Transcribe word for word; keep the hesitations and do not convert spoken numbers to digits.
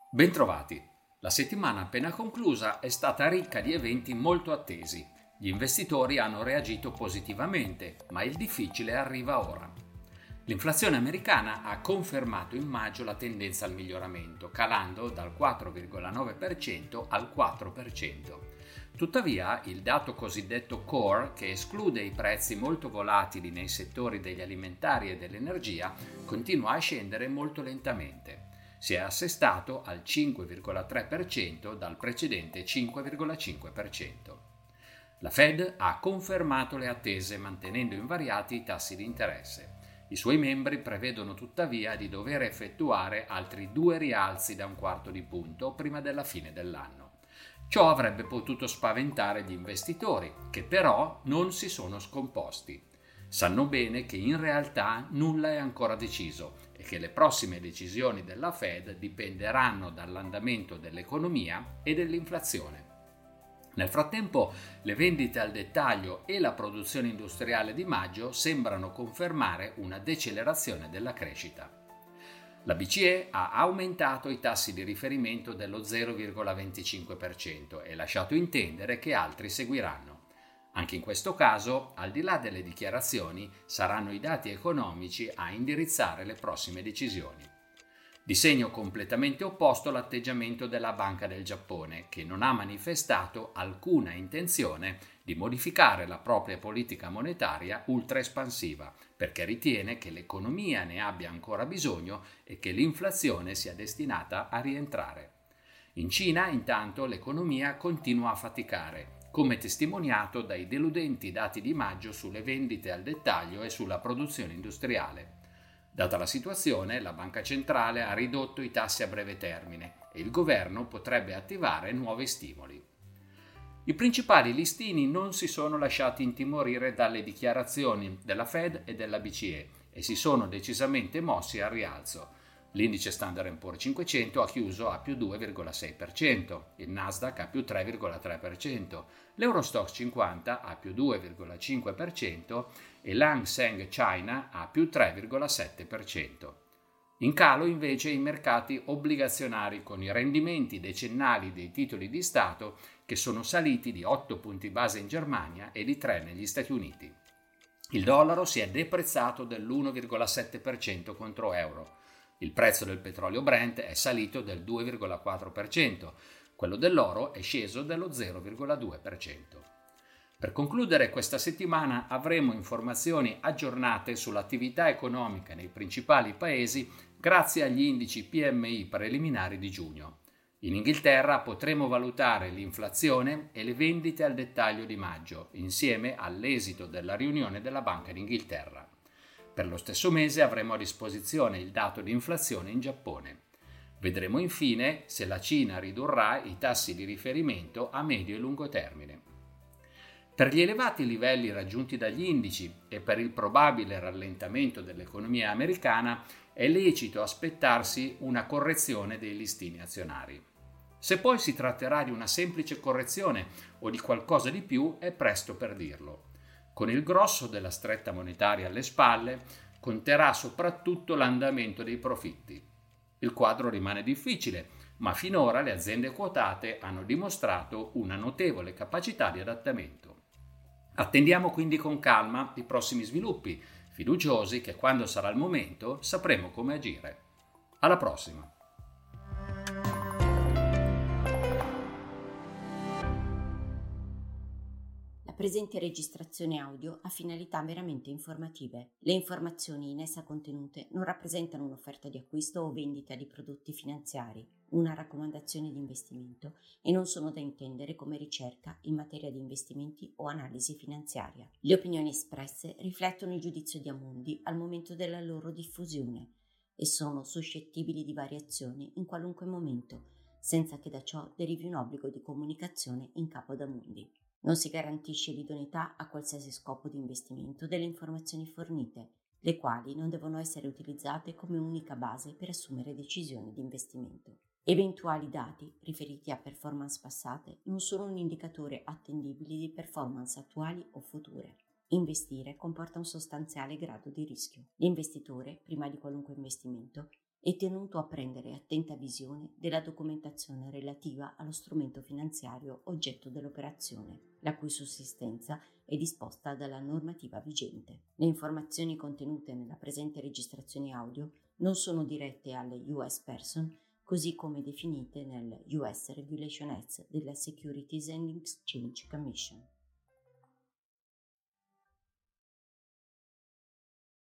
Bentrovati! La settimana appena conclusa è stata ricca di eventi molto attesi. Gli investitori hanno reagito positivamente, ma il difficile arriva ora. L'inflazione americana ha confermato in maggio la tendenza al miglioramento, calando dal quattro virgola nove per cento al quattro per cento. Tuttavia, il dato cosiddetto core, che esclude i prezzi molto volatili nei settori degli alimentari e dell'energia, continua a scendere molto lentamente. Si è assestato al cinque virgola tre per cento dal precedente cinque virgola cinque per cento. La Fed ha confermato le attese mantenendo invariati i tassi di interesse. I suoi membri prevedono tuttavia di dover effettuare altri due rialzi da un quarto di punto prima della fine dell'anno. Ciò avrebbe potuto spaventare gli investitori, che però non si sono scomposti. Sanno bene che in realtà nulla è ancora deciso e che le prossime decisioni della Fed dipenderanno dall'andamento dell'economia e dell'inflazione. Nel frattempo, le vendite al dettaglio e la produzione industriale di maggio sembrano confermare una decelerazione della crescita. La B C E ha aumentato i tassi di riferimento dello zero virgola venticinque per cento e lasciato intendere che altri seguiranno. Anche in questo caso, al di là delle dichiarazioni, saranno i dati economici a indirizzare le prossime decisioni. Di segno completamente opposto l'atteggiamento della Banca del Giappone, che non ha manifestato alcuna intenzione di modificare la propria politica monetaria ultra espansiva, perché ritiene che l'economia ne abbia ancora bisogno e che l'inflazione sia destinata a rientrare. In Cina, intanto, l'economia continua a faticare, come testimoniato dai deludenti dati di maggio sulle vendite al dettaglio e sulla produzione industriale. Data la situazione, la Banca Centrale ha ridotto i tassi a breve termine e il governo potrebbe attivare nuovi stimoli. I principali listini non si sono lasciati intimorire dalle dichiarazioni della Fed e della B C E e si sono decisamente mossi al rialzo. L'indice Standard and Poor's cinquecento ha chiuso a più due virgola sei per cento, il Nasdaq a più tre virgola tre per cento, l'Eurostoxx cinquanta a più due virgola cinque per cento e l'Hang Seng China a più tre virgola sette per cento. In calo invece i mercati obbligazionari con i rendimenti decennali dei titoli di Stato che sono saliti di otto punti base in Germania e di tre negli Stati Uniti. Il dollaro si è deprezzato dell'uno virgola sette per cento contro euro. Il prezzo del petrolio Brent è salito del due virgola quattro per cento, quello dell'oro è sceso dello zero virgola due per cento. Per concludere, questa settimana avremo informazioni aggiornate sull'attività economica nei principali paesi grazie agli indici P M I preliminari di giugno. In Inghilterra potremo valutare l'inflazione e le vendite al dettaglio di maggio, insieme all'esito della riunione della Banca d'Inghilterra. Per lo stesso mese avremo a disposizione il dato di inflazione in Giappone. Vedremo infine se la Cina ridurrà i tassi di riferimento a medio e lungo termine. Per gli elevati livelli raggiunti dagli indici e per il probabile rallentamento dell'economia americana è lecito aspettarsi una correzione dei listini azionari. Se poi si tratterà di una semplice correzione o di qualcosa di più è presto per dirlo. Con il grosso della stretta monetaria alle spalle, conterà soprattutto l'andamento dei profitti. Il quadro rimane difficile, ma finora le aziende quotate hanno dimostrato una notevole capacità di adattamento. Attendiamo quindi con calma i prossimi sviluppi, fiduciosi che quando sarà il momento sapremo come agire. Alla prossima! La presente registrazione audio ha finalità meramente informative. Le informazioni in essa contenute non rappresentano un'offerta di acquisto o vendita di prodotti finanziari, una raccomandazione di investimento e non sono da intendere come ricerca in materia di investimenti o analisi finanziaria. Le opinioni espresse riflettono il giudizio di Amundi al momento della loro diffusione e sono suscettibili di variazioni in qualunque momento, senza che da ciò derivi un obbligo di comunicazione in capo ad Amundi. Non si garantisce l'idoneità a qualsiasi scopo di investimento delle informazioni fornite, le quali non devono essere utilizzate come unica base per assumere decisioni di investimento. Eventuali dati riferiti a performance passate non sono un indicatore attendibile di performance attuali o future. Investire comporta un sostanziale grado di rischio. L'investitore, prima di qualunque investimento, è tenuto a prendere attenta visione della documentazione relativa allo strumento finanziario oggetto dell'operazione, la cui sussistenza è disposta dalla normativa vigente. Le informazioni contenute nella presente registrazione audio non sono dirette alle U S person, così come definite nel U S Regulation Act della Securities and Exchange Commission.